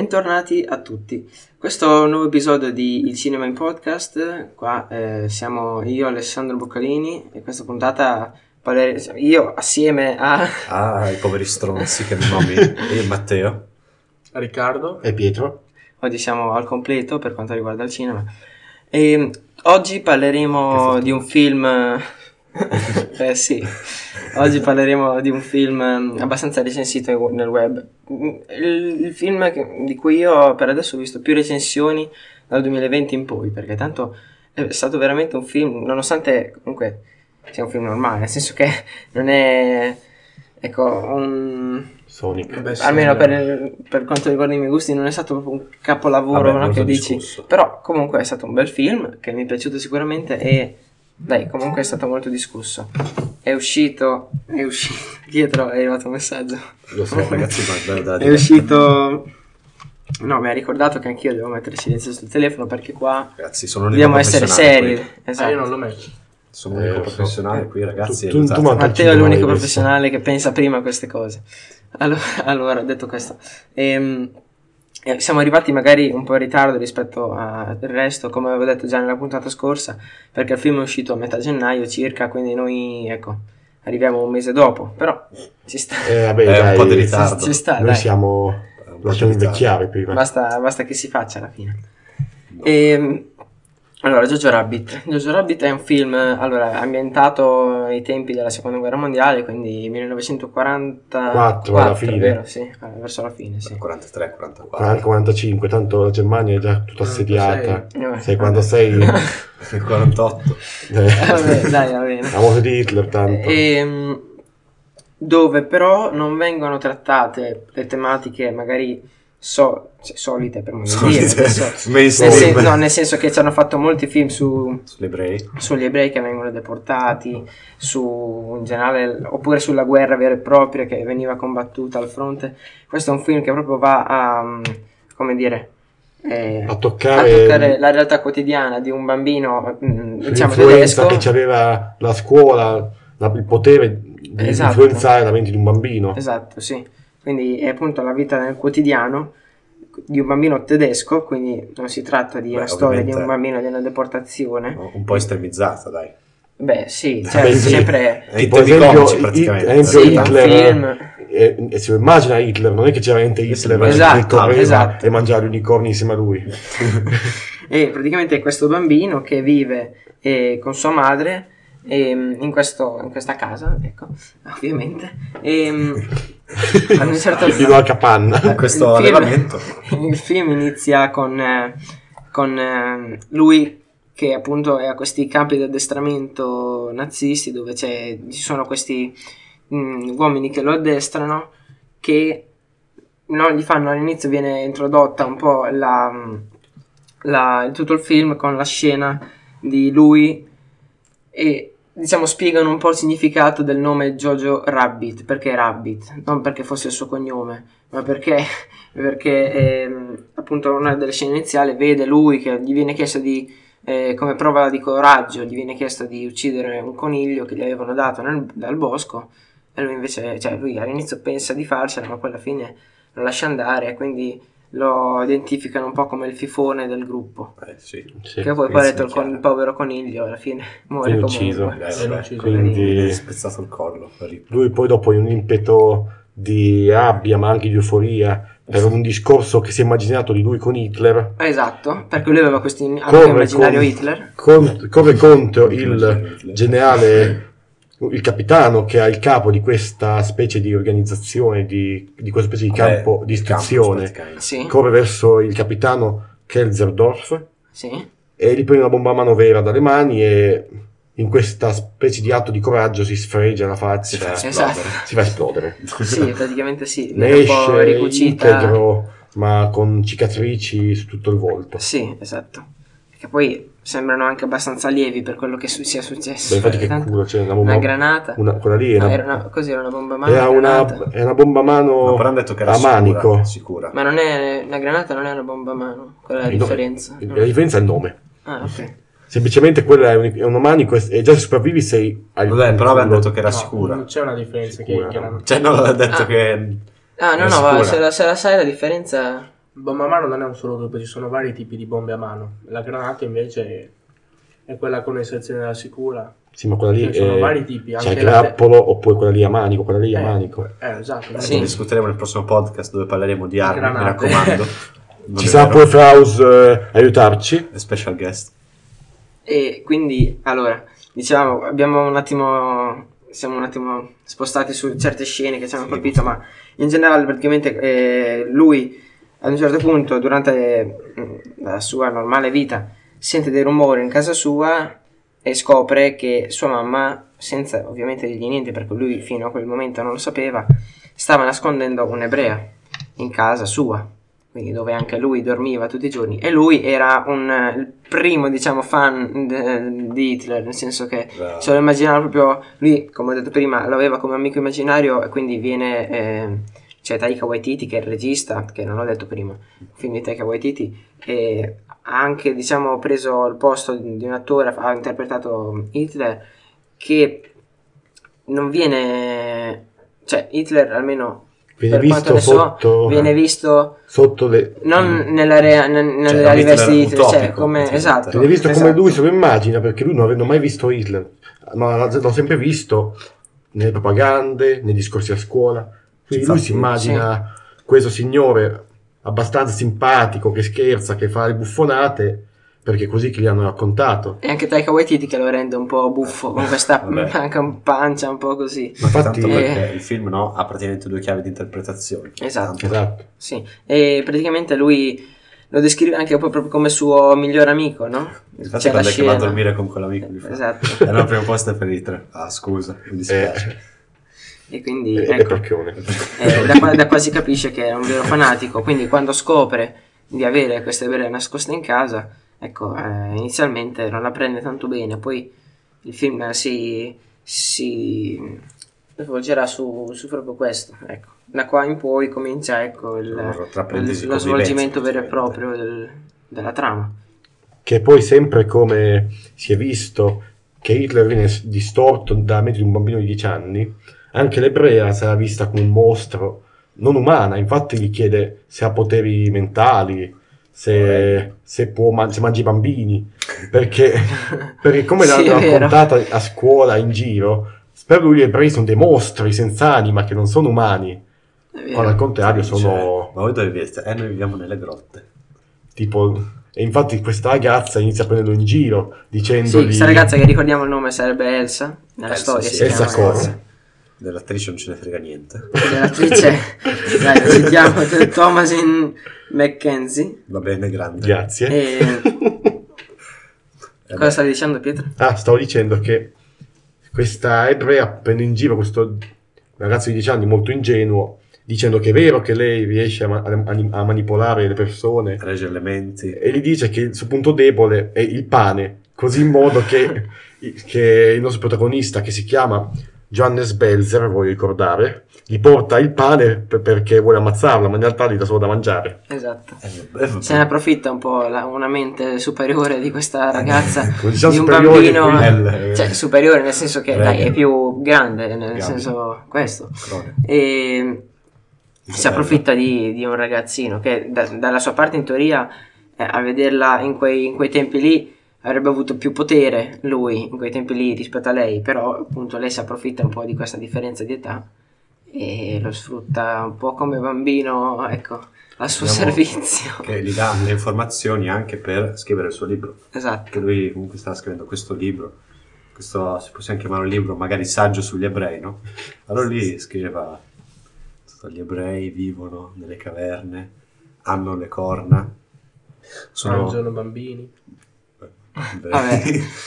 Bentornati a tutti. Questo è un nuovo episodio di Il Cinema in Podcast. Qua siamo io, Alessandro Boccalini, e questa puntata io assieme a... i poveri stronzi che mi nomi, io e Matteo, Riccardo e Pietro. Oggi siamo al completo per quanto riguarda il cinema. E oggi parleremo di un film... sì, oggi parleremo di un film abbastanza recensito nel web. Il film di cui io per adesso ho visto più recensioni dal 2020 in poi, perché tanto è stato veramente un film, nonostante comunque sia un film normale, nel senso che non è, ecco, un Sonic. Beh, sì, almeno per quanto riguarda i miei gusti non è stato proprio un capolavoro, no, che dici, discusso. però comunque è stato un bel film che mi è piaciuto sicuramente e dai, comunque è stato molto discusso. È uscito Pietro, è arrivato un messaggio. Lo so ragazzi, ma da È uscito... No, mi ha ricordato che anch'io devo mettere silenzio sul telefono perché qua ragazzi, sono l'unico dobbiamo essere professionale seri. qui. Esatto. io non lo metto. Sono l'unico lo so. professionale qui, ragazzi. Tu aiutate. manca- Matteo è non l'unico l'hai professionale che pensa prima a queste cose. Allora, detto questo, siamo arrivati magari un po' in ritardo rispetto al resto, come avevo detto già nella puntata scorsa, perché il film è uscito a metà gennaio circa, quindi noi, ecco, arriviamo un mese dopo, però ci sta. Vabbè, È dai, un po' di ritardo. Ci sta, Noi dai. siamo... lasciamo invecchiare prima. Basta che si faccia alla fine. Allora, Jojo Rabbit è un film ambientato ai tempi della seconda guerra mondiale, quindi 1944 alla fine. vero? Sì, verso la fine, sì. 43, 44, 45, tanto la Germania è già tutta assediata. Sai quando Vabbè. sei... 48. Vabbè, dai, va bene. La morte di Hitler, tanto. Dove però non vengono trattate le tematiche magari solite, per modo di dire, Mainstream. nel senso che ci hanno fatto molti film Sugli ebrei. sugli ebrei che vengono deportati, in generale, oppure sulla guerra vera e propria che veniva combattuta al fronte. Questo è un film che proprio va a, come dire, A toccare la realtà quotidiana di un bambino, diciamo, l'influenza tedesco. che aveva la scuola, il potere di Esatto. influenzare la mente di un bambino. Esatto, sì. Quindi è appunto la vita nel quotidiano di un bambino tedesco, quindi non si tratta di una storia di un bambino di una deportazione. Un po' estremizzata, dai. Beh, sì, Beh, certo, sì. sempre... È in Tipo, termini esempio, comici praticamente. esempio Sì, Hitler, un film. e se immagina Hitler, non è che c'era veramente Hitler Esatto, che correva esatto. e mangiava gli unicorni insieme a lui. E praticamente è questo bambino che vive con sua madre in questa casa, ecco, ovviamente. A un certo in una capanna. Questo il film- allevamento. Il film inizia con lui che appunto è a questi campi di addestramento nazisti dove ci sono questi uomini che lo addestrano, che non gli fanno, all'inizio viene introdotta un po' tutto il film con la scena di lui e diciamo spiegano un po' il significato del nome Jojo Rabbit, perché Rabbit, non perché fosse il suo cognome, ma perché appunto una delle scene iniziali vede lui che gli viene chiesto come prova di coraggio, gli viene chiesto di uccidere un coniglio che gli avevano dato dal bosco, e lui invece, cioè lui all'inizio pensa di farcela, ma poi alla fine lo lascia andare, e quindi lo identificano un po' come il fifone del gruppo. Sì. Che poi ha detto il povero coniglio alla fine muore Viene comunque. ucciso. Vabbè, Quindi spezzato il collo. lui poi dopo in un impeto di rabbia ma anche di euforia per un discorso che si è immaginato di lui con Hitler, Esatto, perché lui aveva questo anche corre immaginario Hitler. corre contro il generale, il capitano che è il capo di questa specie di organizzazione, di questa specie di campo di istruzione. Sì, Corre verso il capitano Kelzerdorf sì. e gli prende una bomba a mano vera dalle mani e in questa specie di atto di coraggio si sfregia la faccia, Esatto. si fa esplodere. Sì, praticamente sì. Ne Viene un po' esce ricucita. integro ma con cicatrici su tutto il volto. Sì, esatto. Che poi sembrano anche abbastanza lievi per quello che sia successo. Beh, infatti che Tanto culo, c'è una bomba, una granata. quella lì è Così era una bomba a mano. era granata. una bomba a mano Ma però hanno detto che era a manico. sicura. Ma non è una granata, non è una bomba a mano. Qual è la differenza? La differenza è il nome. Ah, ok. Semplicemente quella è un manico e già se sopravvivi sei al Vabbè, però avevano detto che era No, sicura. non c'è una differenza Sicura. che erano... Cioè, non aveva detto Ah. che... Ah, no, Era no, va, sicura. se la sai la differenza... Bomba a mano non è un solo gruppo, ci sono vari tipi di bombe a mano. La granata invece è quella con estrazione della sicura. Sì, ma quella lì Ci sono vari tipi. c'è il anche grappolo oppure quella lì a manico, quella lì a manico. Esatto. Sì. Ne discuteremo nel prossimo podcast dove parleremo di armi, mi Granate. raccomando. Non Ci è sarà vero. pure Fraus aiutarci. E special guest. E quindi, allora, diciamo, siamo un attimo spostati su certe scene che ci hanno colpito, ma in generale praticamente lui ad un certo punto durante la sua normale vita sente dei rumori in casa sua e scopre che sua mamma, senza ovviamente dirgli niente perché lui fino a quel momento non lo sapeva, stava nascondendo un'ebrea in casa sua, quindi dove anche lui dormiva tutti i giorni, e lui era il primo, diciamo, fan di Hitler, nel senso che se lo immaginava proprio, lui, come ho detto prima, lo aveva come amico immaginario, e quindi viene, c'è Taika Waititi che è il regista, che non ho detto prima, il film di Taika Waititi, e ha anche, diciamo, preso il posto di un attore, ha interpretato Hitler, che non viene, cioè Hitler almeno Viene per quanto visto ne sotto, viene visto sotto le... non nelle reali vesti di Hitler, cioè come, esatto, Viene visto come esatto. lui se lo immagina, perché lui non avendo mai visto Hitler, ma l'ho sempre visto nelle propagande, nei discorsi a scuola. Quindi lui si immagina questo signore abbastanza simpatico, che scherza, che fa le buffonate, perché è così che gli hanno raccontato. E anche Taika Waititi che lo rende un po' buffo con questa anche un pancia un po' così. Ma Infatti- tanto perché il film ha praticamente due chiavi di interpretazione. Esatto. Esatto. Sì, e praticamente lui lo descrive anche un po' proprio come suo miglior amico, no? Infatti C'è la quando è che va a scena. dormire con quell'amico gli fa, Esatto. è al primo posto per i tre. Ah, scusa, mi dispiace. E quindi È ecco, perché da qua si capisce che è un vero fanatico, quindi quando scopre di avere queste ebere nascoste in casa, ecco, inizialmente non la prende tanto bene, poi il film si svolgerà su proprio questo, ecco. Da qua in poi comincia, ecco, lo svolgimento vero e proprio della trama. Che poi sempre come si è visto che Hitler viene distorto dalla mente di un bambino di 10 anni, anche l'ebrea sarà vista come un mostro non umana, infatti gli chiede se ha poteri mentali, se mangia i bambini, perché come Sì, l'hanno è vero. raccontata a scuola, in giro, per lui gli ebrei sono dei mostri senza anima che non sono umani, È vero. quando al contrario Dice, sono ma voi dove vivete? Noi viviamo nelle grotte. tipo... E infatti questa ragazza inizia a prenderlo in giro dicendogli... Sì, questa ragazza che ricordiamo il nome sarebbe Elsa, nella Elsa, storia sì, si Elsa chiama Corre. Elsa. Dell'attrice non ce ne frega niente. Dell'attrice, dai, la citiamo, Thomasin McKenzie. Va bene, grande. Grazie. E cosa stavi dicendo, Pietro? Stavo dicendo che questa ebrea prende in giro questo ragazzo di 10 anni molto ingenuo, dicendo che è vero che lei riesce a manipolare le persone, Regge elementi. e gli dice che il suo punto debole è il pane, così in modo che il nostro protagonista, che si chiama Johannes Belzer, voglio ricordare, gli porta il pane perché vuole ammazzarla, ma in realtà gli dà solo da mangiare. Esatto. Vabbè. Se ne approfitta un po' una mente superiore di questa ragazza, Diciamo di un superiore, bambino, quindi- cioè superiore nel senso che dai, è più grande, nel Grande. senso questo. Crone. E si approfitta di un ragazzino che dalla sua parte in teoria a vederla in quei tempi lì avrebbe avuto più potere lui in quei tempi lì rispetto a lei, però appunto lei si approfitta un po' di questa differenza di età e lo sfrutta un po' come bambino, ecco, a suo Diciamo servizio. Che gli dà le informazioni anche per scrivere il suo libro. Esatto. Che lui comunque stava scrivendo questo libro. Questo, se possiamo chiamare un libro, magari saggio sugli ebrei, no? Allora lui scriveva: gli ebrei vivono nelle caverne, hanno le corna, Mangiano bambini. Vabbè.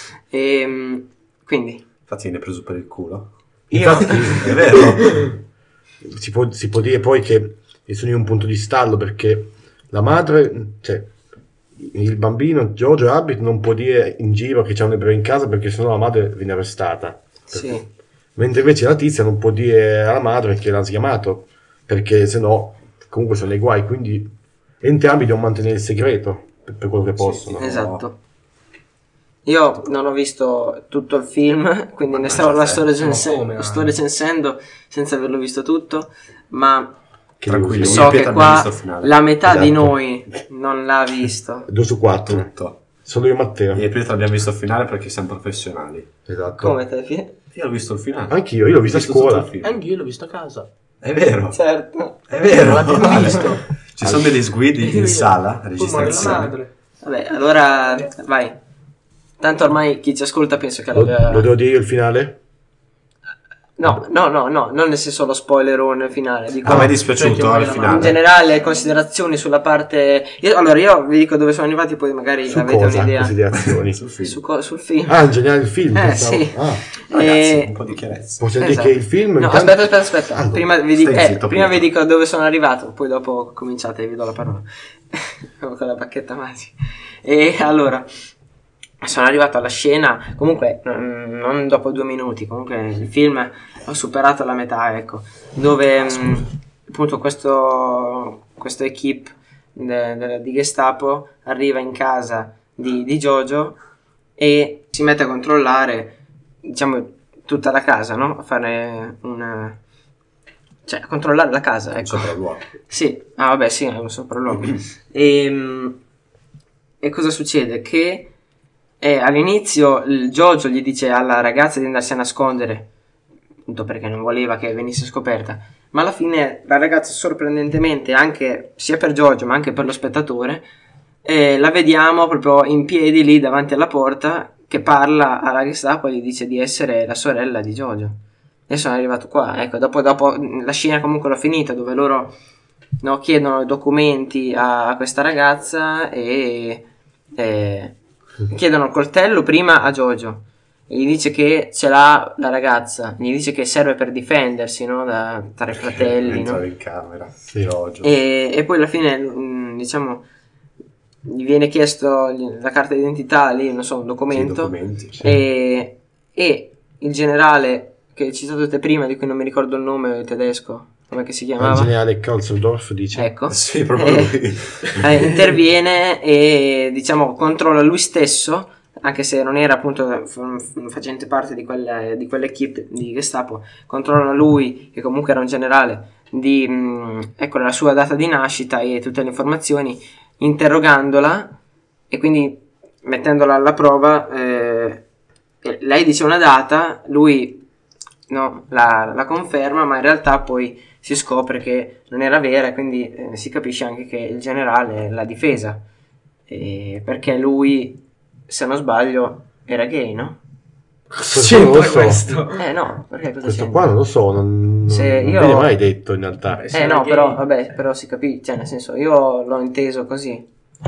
Quindi Infatti viene preso per il culo. Infatti, È vero. si può dire poi che sono in un punto di stallo, perché la madre, cioè il bambino Giorgio Rabbit non può dire in giro che c'è un ebreo in casa perché sennò la madre viene arrestata. sì, Mentre invece la tizia non può dire alla madre che l'ha schiamato perché sennò comunque sono nei guai, quindi entrambi devono mantenere il segreto per quello che possono. esatto. Io non ho visto tutto il film, quindi Ma ne sto come? recensendo senza averlo visto tutto, ma Tranquillo, delusione. So io e che Pietro abbiamo qua visto il finale. la metà di Esatto. noi non l'ha visto. 2 su 4. Tutto. Solo io e Matteo. Io e Pietro abbiamo visto il finale perché siamo professionali. Esatto. Come te? Io ho visto il finale. Anch'io, io l'ho visto a tutto scuola. il film. Anch'io l'ho visto a casa. È vero, Certo. è vero. L'abbiamo visto. Ci sono degli sguidi in sala, Poi muore la registrazione. madre. Vabbè, allora vai. Tanto ormai chi ci ascolta penso che Lo l'abbia... devo dire io il finale? No, non nel senso lo spoilerone finale. Dico, A me è Cioè, dispiaciuto che muore il la in finale. generale, considerazioni sulla parte... Io vi dico dove sono arrivati, poi magari Su avete cosa? un'idea. Considerazioni. Sul film. Sul film. Ah, in generale il film. pensavo. Sì. Ah, Ragazzi, un po' di chiarezza. possiamo Esatto. dire che il film... No, intanto- aspetta. Allora, prima vi, stai zitto, prima vi Pietro. dico dove sono arrivato, poi dopo cominciate e vi do la parola. Con la bacchetta magica. E allora, sono arrivato alla scena, comunque non dopo 2 minuti, comunque il film ho superato la metà, ecco, dove appunto questo equipe di Gestapo arriva in casa di Jojo e si mette a controllare, diciamo, tutta la casa, no? A fare cioè a controllare la casa, Un ecco. sopralluogo. Sì, vabbè, sì, è un sopralluogo. E cosa succede? Che all'inizio il Jojo gli dice alla ragazza di andarsi a nascondere, appunto perché non voleva che venisse scoperta, ma alla fine la ragazza sorprendentemente, anche sia per Jojo ma anche per lo spettatore, la vediamo proprio in piedi lì davanti alla porta che parla alla Gestapo e gli dice di essere la sorella di Jojo. E sono arrivato qua, ecco, dopo la scena comunque l'ho finita, dove loro chiedono i documenti a questa ragazza e chiedono il coltello prima a Jojo e gli dice che ce l'ha la ragazza, gli dice che serve per difendersi, no? Tra i fratelli, Entrare no? in camera. Sì. Giorgio. E poi alla fine, diciamo, gli viene chiesto la carta d'identità, lì, non so, un Sì, documento, documenti. Sì. e il generale che hai citato te prima, di cui non mi ricordo il nome tedesco, come che si Il chiamava? generale Kaulsdorf dice... Ecco. Sì, proprio lui. Interviene e diciamo controlla lui stesso, anche se non era appunto facente parte di quell'equipe di Gestapo, controlla lui, che comunque era un generale, ecco, la sua data di nascita e tutte le informazioni, interrogandola e quindi mettendola alla prova. Lei dice una data, lui la conferma, ma in realtà poi si scopre che non era vera e quindi si capisce anche che il generale l'ha difesa, perché lui, se non sbaglio, era gay, no? Non lo so. questo? No, perché cosa Questo c'entra? qua non lo so, non Se io- viene mai detto in realtà. Beh, se No, era però, gay. vabbè, però si capisce, cioè nel senso, io l'ho inteso così.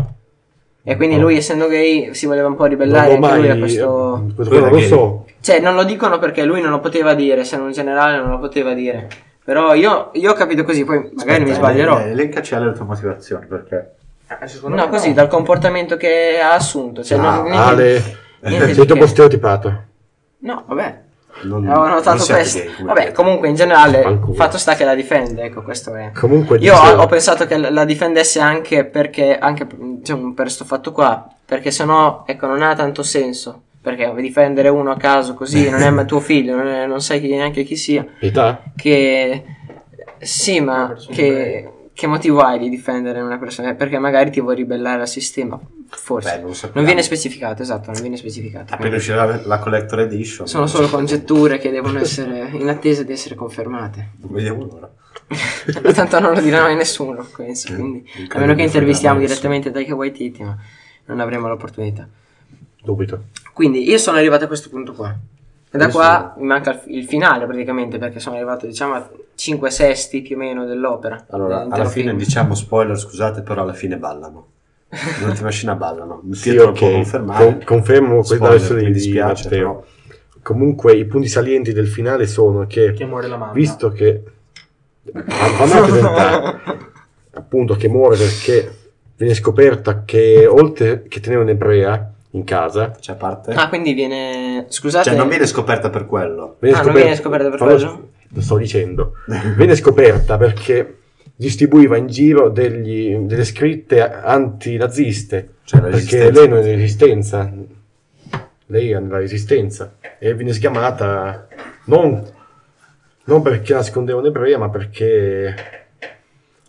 E quindi No. lui, essendo gay, si voleva un po' Non ribellare l'ho anche lui mai... a questo... questo Lui qua non era lo gay. so. Cioè, non lo dicono perché lui non lo poteva dire, se non un generale non lo poteva dire. Però io ho capito così, poi magari mi sbaglierò. Elencaci alle tue motivazioni, perché... Secondo No, me così, dal comportamento che ha assunto. Cioè, Ah, niente- Ale, niente di sei troppo che. stereotipato. No, vabbè. Non, Ho notato non siate questo. gay, come Vabbè, Pietro. comunque in generale, Fanculo. fatto sta che la difende, ecco, questo è. Comunque Io dicevo- ho pensato che la difendesse anche perché, diciamo, per sto fatto qua, perché sennò, ecco, non ha tanto senso. Perché difendere uno a caso così, non è tuo figlio, non sai neanche chi sia. Pietà? Che sì, ma persona che motivo hai di difendere una persona? Perché magari ti vuoi ribellare al sistema, forse. Beh, non sappiamo. Non viene specificato, esatto, non viene specificato. Appena uscirà la collector edition. Sono solo congetture che devono essere in attesa di essere confermate. Non vediamo l'ora. Ma tanto non lo dirà mai nessuno, penso, quindi, non a credo meno che che intervistiamo frega mai direttamente Taika Waititi, ma non avremo l'opportunità. Dubito. Quindi io sono arrivato a questo punto qua. E da Adesso- qua mi manca il finale praticamente, perché sono arrivato diciamo a 5 sesti più o meno dell'opera. Allora, dell'intero alla fine film. diciamo spoiler, scusate, però alla fine ballano. L'ultima scena ballano. Sì, Pietro lo può ok. confermare. Confermo questa Spoiler, versione mi di dispiace, Matteo. però. Comunque i punti salienti del finale sono che, muore la mamma. visto che vanno a presentare appunto che muore perché viene scoperta che oltre che tenere un'ebrea in casa, Cioè, a parte... Ah, quindi viene... Scusate. Cioè, non viene scoperta per quello. Non viene scoperta per quello? Lo sto dicendo. Viene scoperta perché distribuiva in giro delle scritte antinaziste, Cioè, la perché resistenza. lei non è in resistenza. Lei è nella resistenza e viene sgamata non perché nascondeva un'ebrea, ma perché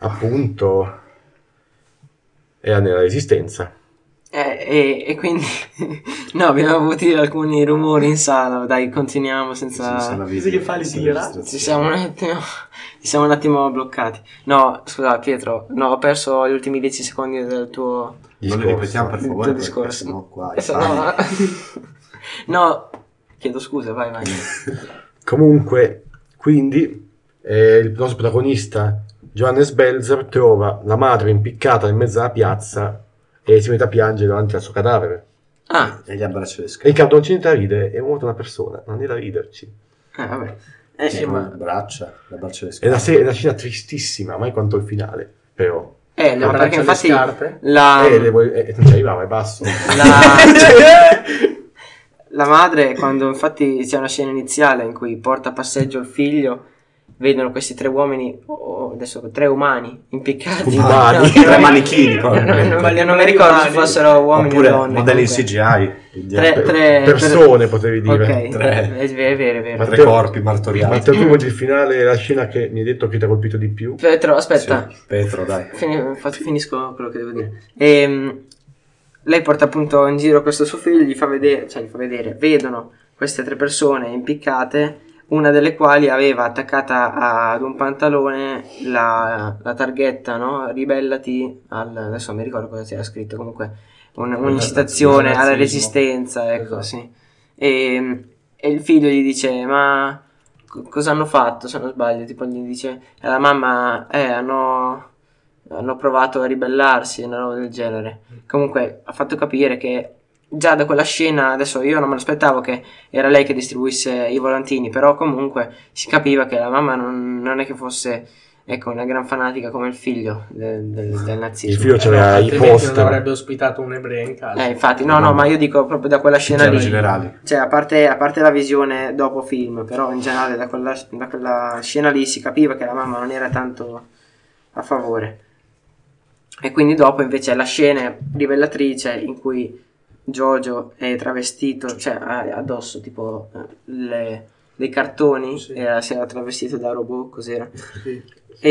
appunto era nella Resistenza. E quindi no, abbiamo avuto dire alcuni rumori in sala. Dai, continuiamo senza. Così che fa, li tira? Ci siamo un attimo bloccati. No, scusa Pietro, no, ho perso gli ultimi 10 secondi del tuo Non li ripetiamo per favore, del perché discorso. sennò qua No, no, chiedo scusa, vai. Comunque, quindi il nostro protagonista Johannes Belzer trova la madre impiccata in mezzo alla piazza e si mette a piangere davanti al suo cadavere. Ah, e gli abbraccia le E scale. il capo non c'è niente da ridere, è morta una persona, non è da riderci. vabbè. Sì, Ma l'abbraccia le È scale. una scena tristissima, mai quanto il finale, però. no, Abbraccia perché le infatti scarpe? Non ci arrivava, è basso. La madre, quando infatti c'è una scena iniziale in cui porta a passeggio il figlio, vedono questi 3 uomini, adesso 3 umani impiccati. Umani. No, Tre manichini, probabilmente. non mi ricordo se fossero uomini Oppure o donne. modelli in comunque. CGI. Tre Persone, potevi dire. Ok, Tre. è vero. Tre corpi Ma martoriati. te tu vuoi il finale, la scena che mi hai detto che ti ha colpito di più? Pietro, aspetta. Sì, Petro, dai. Finisco quello che devo dire. Lei porta appunto in giro questo suo figlio, gli fa vedere, vedono queste 3 persone impiccate, una delle quali aveva attaccata ad un pantalone la targhetta, no? Ribellati adesso non mi ricordo cosa c'era scritto, comunque un'incitazione alla nazismo. resistenza, ecco, Esatto. sì. E il figlio gli dice, ma cosa hanno fatto, se non sbaglio, tipo gli dice alla mamma, hanno provato a ribellarsi, una roba del genere. Comunque ha fatto capire che già da quella scena, adesso io non me l'aspettavo che era lei che distribuisse i volantini, però comunque si capiva che la mamma non è che fosse, ecco, una gran fanatica come il figlio del nazismo. Il figlio c'aveva i altrimenti non poster. avrebbe ospitato un ebreo in casa. Infatti, no, ma io dico proprio da quella scena C'erano lì. generali. Cioè, a parte la visione dopo film, però in generale da quella scena lì si capiva che la mamma non era tanto a favore. E quindi dopo invece la scena rivellatrice in cui Jojo è travestito, cioè ha addosso tipo dei cartoni, Sì. si era travestito da robot, cos'era? Sì.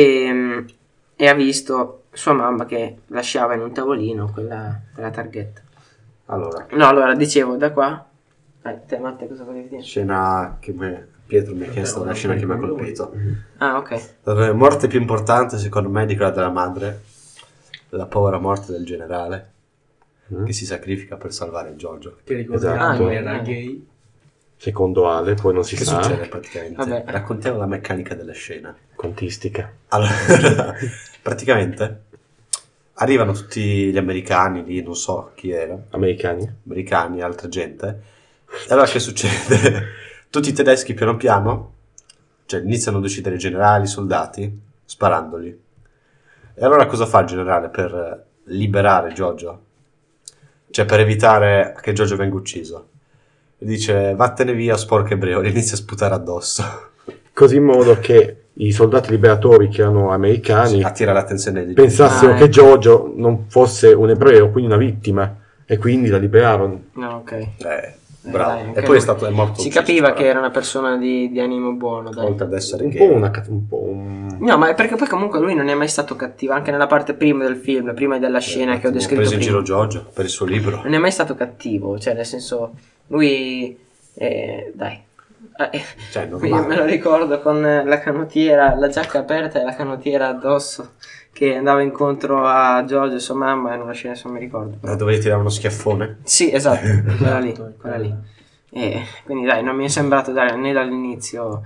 E ha visto sua mamma che lasciava in un tavolino quella targhetta. Allora, Dicevo da qua. Te Matte, cosa volevi dire? scena che Pietro mi ha chiesto, la scena che mi ha colpito. Ah, ok. La morte più importante secondo me di quella della madre, la povera morte del generale che si sacrifica per salvare Giorgio. Che ricordiamo Esatto. era gay. Secondo Ale, poi non si Che sa. succede praticamente? Vabbè. Raccontiamo la meccanica della scena. Quantistica. Allora, praticamente arrivano tutti gli americani lì, non so chi era, Americani. altra gente. E allora che succede? Tutti i tedeschi piano piano, cioè iniziano ad uccidere i generali, i soldati, sparandoli. E allora cosa fa il generale per liberare Giorgio? Cioè per evitare che Giorgio venga ucciso. Dice vattene via sporco ebreo, e inizia a sputare addosso. Così in modo che i soldati liberatori che erano americani Attira l'attenzione di pensassero Ah, che ecco. Giorgio non fosse un ebreo, quindi una vittima, e quindi la liberarono. No, ok. Bravo. Dai, E anche poi lui. è morto Si ucciso, capiva che sparato. era una persona di animo buono, dai. Oltre ad essere Un gay. po' un... No, ma è perché poi comunque lui non è mai stato cattivo, anche nella parte prima del film, prima della scena che ho descritto preso in prima. giro Giorgio per il suo libro. Non è mai stato cattivo, cioè nel senso, lui, dai, Cioè, io normale. me lo ricordo con la canottiera, la giacca aperta e la canottiera addosso, che andava incontro a Giorgio e sua mamma in una scena, se non mi ricordo. Dove gli tirava uno schiaffone. Sì, esatto, quella lì, Esatto, quella lì. Quindi dai, non mi è sembrato dare né all'inizio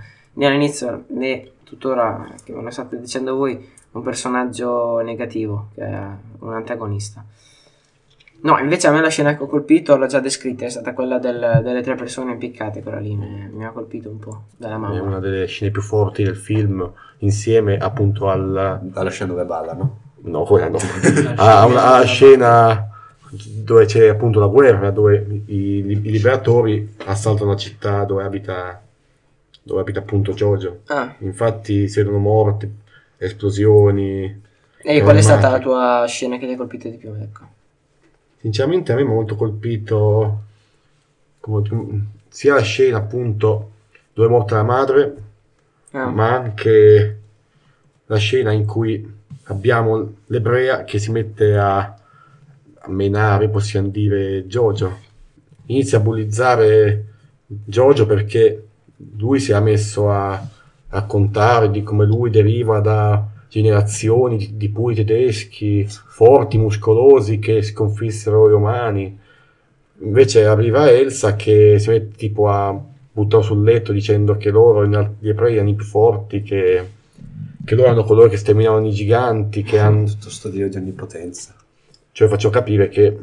né tuttora, che me lo state dicendo voi, un personaggio negativo, che è un antagonista. No, invece a me la scena che ho colpito, l'ho già descritta, è stata quella delle 3 persone impiccate, quella lì mi ha colpito un po', dalla È mamma. una delle scene più forti del film, insieme appunto Alla scena dove ballano. no, quella no. alla scena dove c'è appunto la guerra, dove i liberatori assaltano la città dove abita appunto Giorgio. Ah, Infatti si vedono morti, esplosioni. e qual è stata la armati. tua scena che ti ha colpito di più, ecco? Sinceramente a me mi ha molto colpito sia la scena appunto dove è morta la madre, Ah, ma anche la scena in cui abbiamo l'ebrea che si mette a menare, possiamo dire, Jojo. Inizia a bullizzare Jojo perché lui si è messo a raccontare di come lui deriva da generazioni di puri tedeschi, forti, muscolosi, che sconfissero i romani. Invece arriva Elsa che si mette tipo a buttare sul letto dicendo che loro, gli ebrei, erano i più forti, che loro erano coloro che sterminavano i giganti, che hanno... Tutto sto dio di onnipotenza. Cioè faccio capire che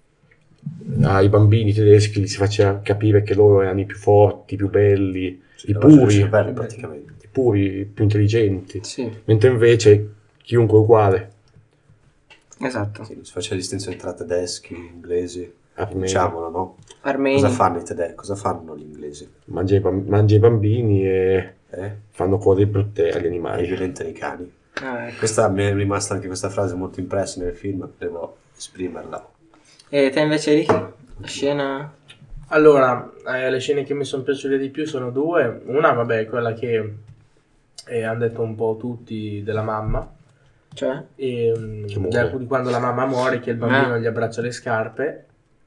ai bambini tedeschi gli si faceva capire che loro erano i più forti, i più belli, i puri, praticamente. i puri, i più intelligenti, Sì, mentre invece chiunque è uguale. esatto. Sì, si faceva distinzione tra tedeschi, inglesi, Armeni. diciamolo, no? Armeni. Cosa fanno i tedeschi? Cosa fanno gli inglesi? Mangia i bambini e Eh? fanno cose brutte agli E animali. violentano i cani. Ah, ecco. Questa mi è rimasta anche questa frase molto impressa nel film, devo esprimerla. E te invece, Ricky? La scena... Allora, le scene che mi sono piaciute di più sono due. Una, vabbè, è quella che hanno detto un po' tutti della mamma. Cioè? E, Che muore. di quando la mamma muore, che il bambino Ah. gli abbraccia le scarpe.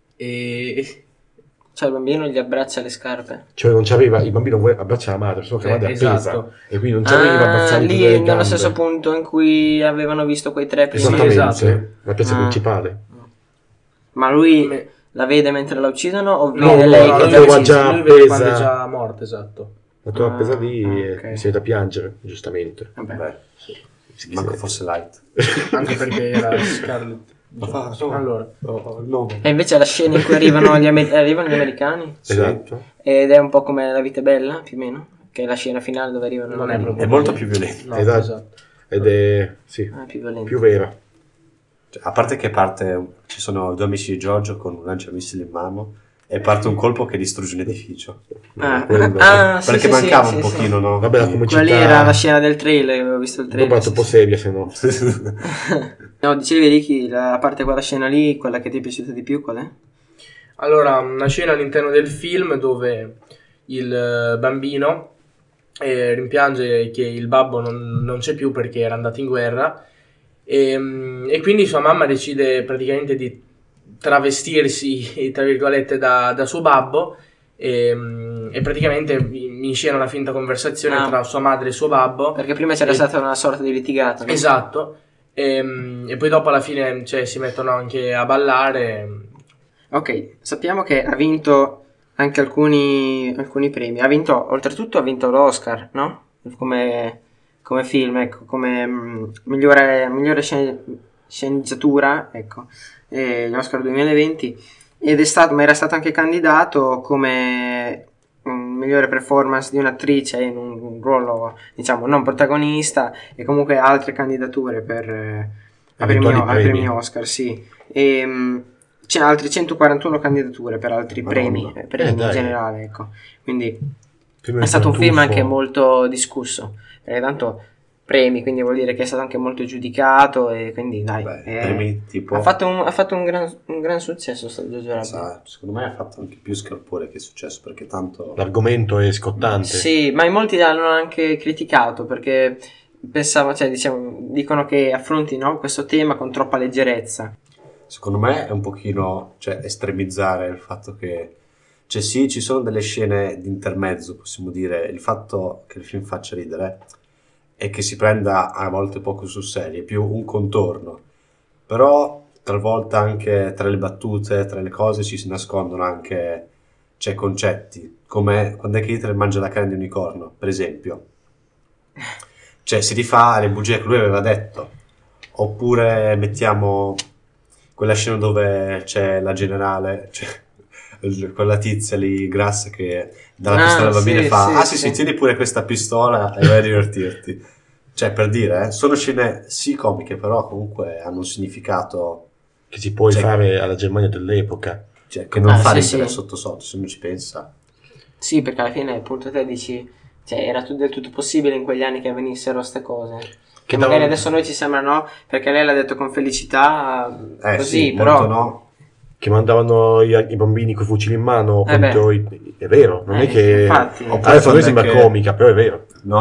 E Cioè il bambino gli abbraccia le scarpe. Cioè non c'aveva, il bambino vuole abbracciare la madre, solo che la madre è appesa, esatto. e quindi non c'aveva abbracciare lì le nello gambe. stesso punto in cui avevano visto quei tre primi. Esattamente, esatto. la piazza Ah. principale. Ma lui Me- la vede mentre la uccidono o no, vede no, lei no, che lui già lo uccisa? già lui vede quando è appesa. già morta, esatto. La tua Ah, appesa lì e ok. mi si mette a piangere, giustamente. Vabbè. Beh, manco fosse light. Anche perché era Scarlett. no. Allora, No. E invece la scena in cui arrivano arrivano gli americani Sì. Esatto. ed è un po' come La vita è bella, più o meno, che è la scena finale dove arrivano non gli è americani. proprio È molto più violento. no, Esatto. Ed è, sì, Ah, più violento. più vera. Cioè, a parte che ci sono due amici di Giorgio con un lanciamissili in mano e parte un colpo che distrugge un edificio. Ah, Quello- ah, sì, Perché sì, mancava sì, un sì, pochino, no? Vabbè, la Di- comicità... Quella lì era la scena del trailer, avevo visto il Dopo trailer. è troppo seria, se no. No, dicevi Ricky, la parte quella scena lì, quella che ti è piaciuta di più, qual è? Allora, una scena all'interno del film dove il bambino rimpiange che il babbo non c'è più perché era andato in guerra e quindi sua mamma decide praticamente di travestirsi, tra virgolette, da suo babbo e praticamente inscena una finta conversazione Ah. tra sua madre e suo babbo. Perché prima c'era E- stata una sorta di litigata, no? Esatto. E poi dopo alla fine cioè, si mettono anche a ballare. Ok, sappiamo che ha vinto anche alcuni premi. Ha vinto, oltretutto ha vinto l'Oscar, no? Come film, ecco, come migliore sceneggiatura, ecco, gli Oscar 2020. Ma era stato anche candidato come migliore performance di un'attrice in un ruolo, diciamo, non protagonista, e comunque altre candidature per ai Eventuali premi. premi Oscar, sì. C'è altri 141 candidature per altri Madonna. premi in Dai. generale, ecco. Quindi Prima è stato un film Tartufo. anche molto discusso, perché tanto premi, quindi vuol dire che è stato anche molto giudicato, e quindi dai, Beh, premi tipo... ha fatto un gran successo sto Jojo Rabbit. Secondo me ha fatto anche più scalpore che successo, perché tanto... L'argomento è scottante. Sì, ma in molti l'hanno anche criticato perché pensavo, cioè, dicono che affronti, no, questo tema con troppa leggerezza. Secondo me è un pochino, cioè, estremizzare il fatto che... Cioè sì, ci sono delle scene di intermezzo, possiamo dire. Il fatto che il film faccia ridere e che si prenda a volte poco sul serio, è più un contorno. Però talvolta anche tra le battute, tra le cose ci si nascondono anche, cioè, concetti, come quando è che Hitler mangia la carne di unicorno, per esempio. Cioè si rifà alle bugie che lui aveva detto. Oppure mettiamo quella scena dove c'è la generale, cioè quella tizia lì grassa che dalla pistola alla bambina sì, e fa sì, sì, sì. tieni pure questa pistola e vai a divertirti. Cioè, per dire, sono scene sì comiche, però comunque hanno un significato, Che si può Cioè- fare alla Germania dell'epoca. cioè, che non fa sì, ridere sì. sotto sotto, se non ci pensa. Sì, perché alla fine appunto te dici, cioè era del tutto possibile in quegli anni che avvenissero ste cose. Che da- magari adesso noi ci sembra no, perché lei l'ha detto con felicità, così, Sì, però molto no. Che mandavano i bambini con i fucili in mano Eh contro è vero, non è che infatti. Oppure adesso a noi quando è sembra che- comica, però è vero. No?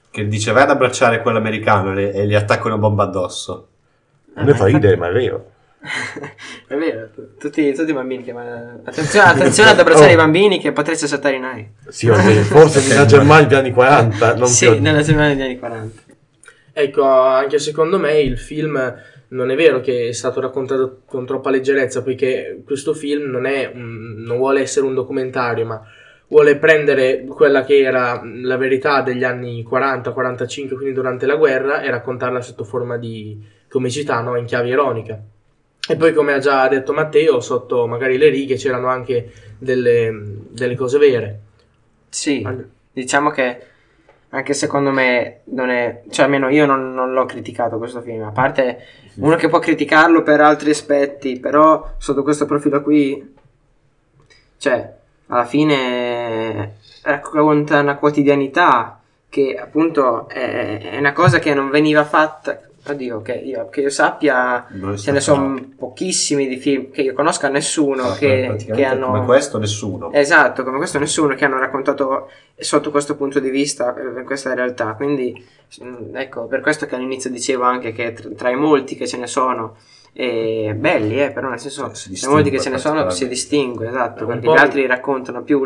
che dice vai ad abbracciare quell'americano e gli attacca una bomba addosso. Non fa ridere, ma è vero. È vero, tutti i bambini che attenzione ad abbracciare i bambini che potreste saltare in aria. Sì, forse nella Germania degli anni 40, non Sì, più. nella Germania degli anni 40. Ecco, anche secondo me il film non è vero che è stato raccontato con troppa leggerezza, poiché questo film non vuole essere un documentario, ma vuole prendere quella che era la verità degli anni 40-45, quindi durante la guerra, e raccontarla sotto forma di comicità, no? In chiave ironica. E poi, come ha già detto Matteo, sotto magari le righe c'erano anche delle cose vere. Sì, diciamo che anche secondo me non è, cioè almeno io non l'ho criticato questo film, a parte uno che può criticarlo per altri aspetti, però sotto questo profilo qui, cioè alla fine racconta una quotidianità che appunto è una cosa che non veniva fatta. Oddio, che io sappia, ce ne sono pochissimi di film che io conosca, nessuno che hanno come questo, nessuno. Esatto, come questo nessuno che hanno raccontato sotto questo punto di vista questa realtà. Quindi ecco, per questo che all'inizio dicevo anche che tra i molti che ce ne sono belli, però nel senso tra i molti che ce ne sono si distingue, esatto, perché gli altri raccontano più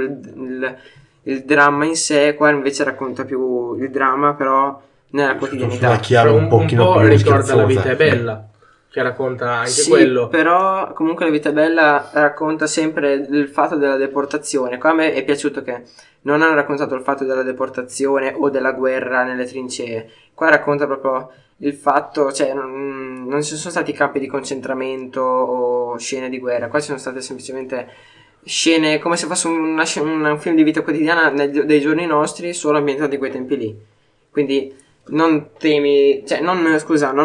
il dramma in sé, qua invece racconta più il dramma però nella quotidianità. Una chiave un po' più ricorda La vita scherzosa. è bella, che racconta anche Sì, quello. però comunque La vita è bella racconta sempre il fatto della deportazione. Qua a me è piaciuto che non hanno raccontato il fatto della deportazione o della guerra nelle trincee. Qua racconta proprio il fatto, cioè non ci sono stati campi di concentramento o scene di guerra, qua ci sono state semplicemente scene come se fosse un film di vita quotidiana dei giorni nostri, solo ambientati quei tempi lì. Quindi non temi, cioè non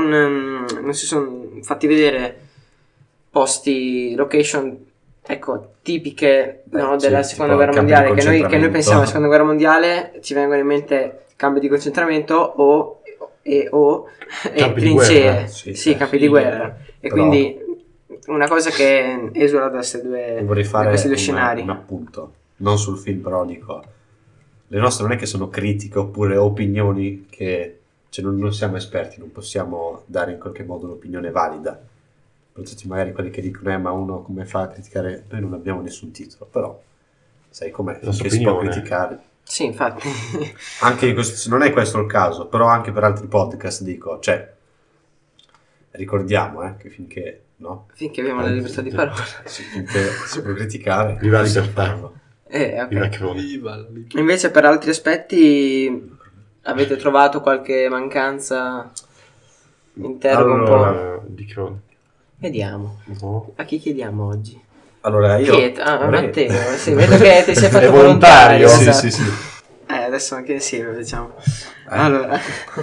si sono fatti vedere posti, location, ecco, tipiche della seconda guerra mondiale, che noi pensiamo alla seconda guerra mondiale, ci vengono in mente campi di concentramento e trincee, sì, campi di guerra, e quindi una cosa che esula da questi due scenari. Un appunto, non sul film, però dico, le nostre non è che sono critiche oppure opinioni che, cioè non siamo esperti, non possiamo dare in qualche modo un'opinione valida. Per tutti magari quelli che dicono ma uno come fa a criticare, noi non abbiamo nessun titolo, però sai com'è, che si può criticare. Sì, infatti. Anche non è questo il caso, però anche per altri podcast dico, cioè ricordiamo che finché abbiamo la libertà di parola, finché si può criticare, viva la libertà. Okay. Invece per altri aspetti avete trovato qualche mancanza? Interrogo un po'. Di Crone. Vediamo. A chi chiediamo oggi? Allora io Matteo, sì, vedo che ti sei fatto volontario. Esatto. Sì. Adesso anche insieme diciamo. Allora.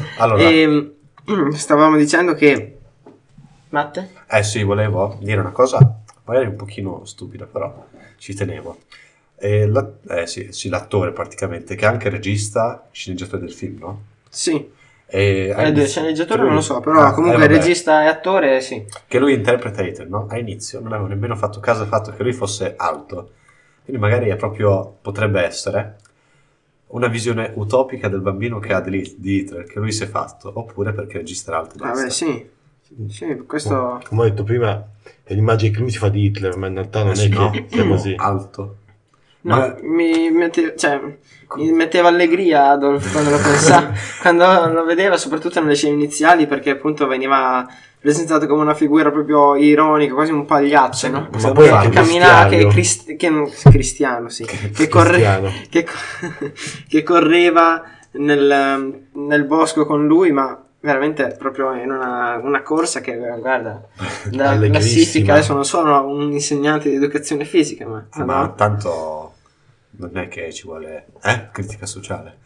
Stavamo dicendo che Matte? Sì, volevo dire una cosa magari un pochino stupida, però ci tenevo. L'attore praticamente, che è anche regista, sceneggiatore del film, no? Sì. Del sceneggiatore non lo so, però comunque regista e attore sì. Che lui interpreta Hitler, no? A inizio non avevo nemmeno fatto caso al fatto che lui fosse alto, quindi magari potrebbe essere una visione utopica del bambino che ha di Hitler, che lui si è fatto, oppure perché il regista era alto. Vabbè, sì, questo... Come ho detto prima, è l'immagine che lui si fa di Hitler, ma in realtà non è che sia così. Alto. No, mi metteva allegria Adolf quando lo pensavo, quando lo vedeva, soprattutto nelle scene iniziali, perché appunto veniva presentato come una figura proprio ironica, quasi un pagliaccio, no? Ma poi che camminava, cristiano, sì, che correva nel bosco con lui, ma veramente proprio in una corsa che, guarda, da classifica. Adesso non sono un insegnante di educazione fisica, ma tanto non è che ci vuole critica sociale.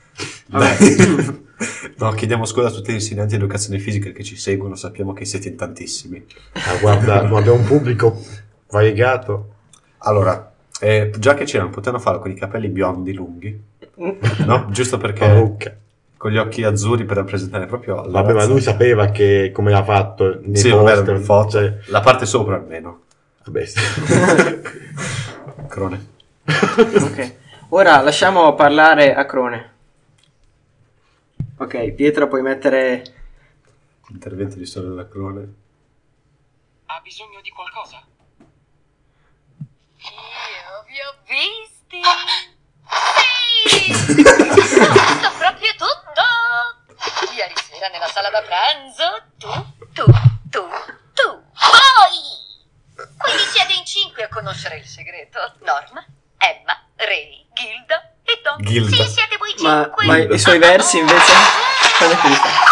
No, chiediamo scusa a tutti gli insegnanti di educazione fisica che ci seguono, sappiamo che siete in tantissimi. Guarda, abbiamo un pubblico variegato. Allora, già che c'erano, potevano farlo con i capelli biondi lunghi, no? Giusto perché con gli occhi azzurri, per rappresentare proprio la ma lui sapeva che come l'ha fatto nei poster, foto, la parte sopra almeno. Vabbè, sì. Crone. Ok, ora lasciamo parlare a Crone. Ok, Pietro, puoi mettere... Intervento di storia della Crone. Ha bisogno di qualcosa? Io vi ho visti. Sì! Ho visto proprio tutto. Ieri sera nella sala da pranzo, tu. Voi! Quindi siete in 5 a conoscere il segreto. Norma, Emma, Ray, Gilda e Don. Gilda. Sì, siete voi Ma 5. i suoi versi invece? Quando è che li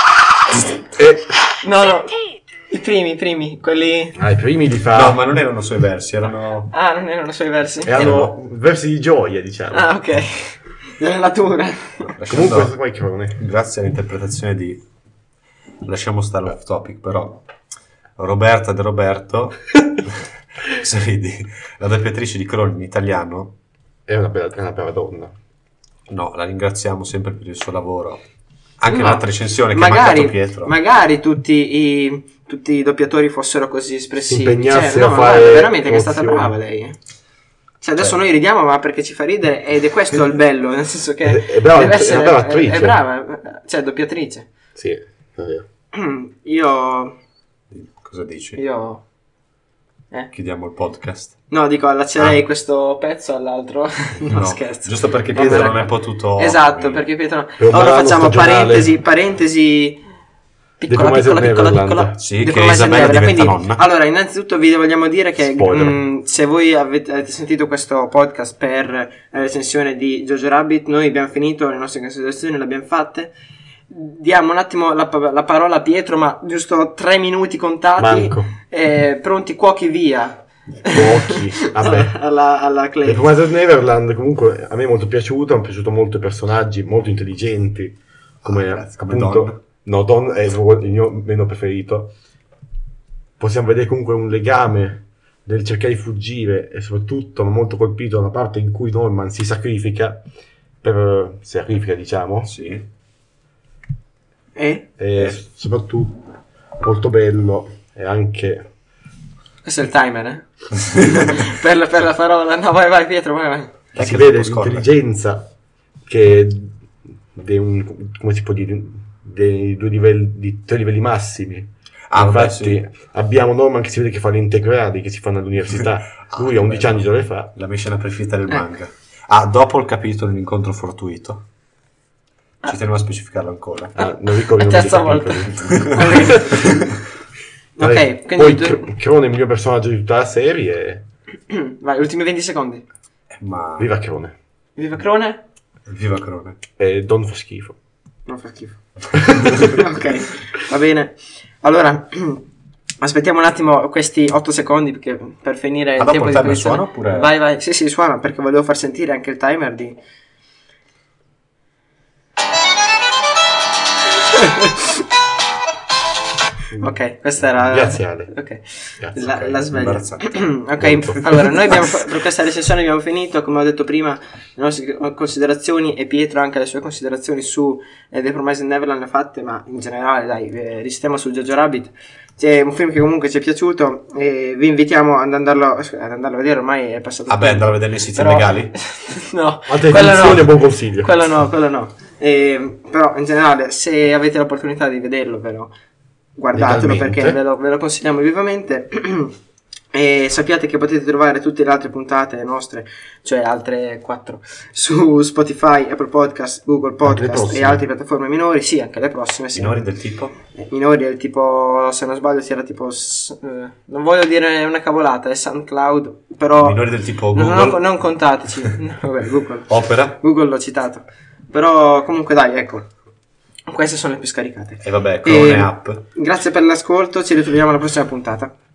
fa? No, i primi, quelli... I primi li fa... No, ma non erano suoi versi, erano... Ah, non erano i suoi versi? erano versi di gioia, diciamo. Ah, ok. Della natura. Comunque, poi Crone. Grazie all'interpretazione di... Lasciamo stare l'off topic, però... Roberta De Roberto... Cosa ridi? La doppiatrice di Crone in italiano... È una brava donna. No, la ringraziamo sempre per il suo lavoro. Anche No, l'altra recensione che ha mandato Pietro. Magari tutti i doppiatori fossero così espressivi. Si impegnassero no, a fare guarda, veramente che è stata emozioni. brava lei. Cioè, adesso noi ridiamo, ma perché ci fa ridere, ed è questo il bello, nel senso che È brava, deve è essere, una brava attrice. è brava, cioè doppiatrice. Sì, è vero. Io Cosa dici? Chiudiamo il podcast. no, dico, allaccerei questo pezzo all'altro. No, No, scherzo. giusto perché No, Pietro per- non è potuto... Esatto, perché Pietro no. Per un Ora brano facciamo stagionale. parentesi The piccola, Promised piccola. Neverland. Sì, The che Promised Isabella Neverland. diventa Quindi, nonna. allora, innanzitutto vi vogliamo dire che Spoiler. se voi avete sentito questo podcast per la recensione di Jojo Rabbit, noi abbiamo finito, le nostre considerazioni le abbiamo fatte. Diamo un attimo la parola a Pietro, ma giusto 3 minuti contati. Manco. Pronti, cuochi via. Pochi, vabbè. alla The Clay. Promised Neverland comunque a me è molto piaciuto, mi è piaciuto molto i personaggi, molto intelligenti, come grazie, come appunto... Don. No, Don è il mio meno preferito. Possiamo vedere comunque un legame nel cercare di fuggire e soprattutto mi ha molto colpito la parte in cui Norman si sacrifica, diciamo, Sì. E soprattutto molto bello e anche... questo è il timer, per la parola. No, vai Pietro, vai. È si che vede dopo scorre. l'intelligenza che come si può dire, dei tre livelli massimi. Infatti abbiamo Norman che si vede che fa l'integrali, che si fanno all'università. Lui a 11 anni già le fa. La mia scena preferita del manga. Dopo il capitolo dell'incontro fortuito. Ci tenevo a specificarlo ancora. Non ricordo La il nome terza dei volta. capitoli. Ok, Poi quindi Crone è il mio personaggio di tutta la serie. vai, ultimi 20 secondi. Ma... Viva Crone. Viva Crone? Viva Crone. E Don fa schifo. Non fa schifo. Ok, va bene. Allora, aspettiamo un attimo questi 8 secondi perché per finire il dopo tempo il di timer produzione. suona oppure... Vai. Sì, suona perché volevo far sentire anche il timer di... Ok, questa era... Grazie Ale. Ok, Grazie. la sveglia. imbarazzante. Ok, Molto. allora noi per questa recensione abbiamo finito, come ho detto prima, le nostre considerazioni e Pietro anche le sue considerazioni su The Promised Neverland le ha fatte, ma in generale dai, restiamo su Jojo Rabbit. C'è un film che comunque ci è piaciuto e vi invitiamo ad andarlo a vedere, ormai è passato Vabbè, andare a vedere nei siti legali? No, Altre quello condizioni no. e buon consiglio. Quello no. Però in generale, se avete l'opportunità di vederlo, però guardatelo Legalmente. perché ve lo consigliamo vivamente. E sappiate che potete trovare tutte le altre puntate nostre, cioè altre 4, su Spotify, Apple Podcast, Google Anche le Podcast prossime. e altre piattaforme minori. Sì, anche le prossime. Sì. Minori del tipo? Minori del tipo, se non sbaglio, si era tipo. Non voglio dire una cavolata, è SoundCloud, però. Minori del tipo No, Google? non contateci. Vabbè, Google. Opera? Google l'ho citato. Però comunque dai, ecco. Queste sono le più scaricate. E vabbè, Crone E App. Grazie per l'ascolto, ci ritroviamo alla prossima puntata.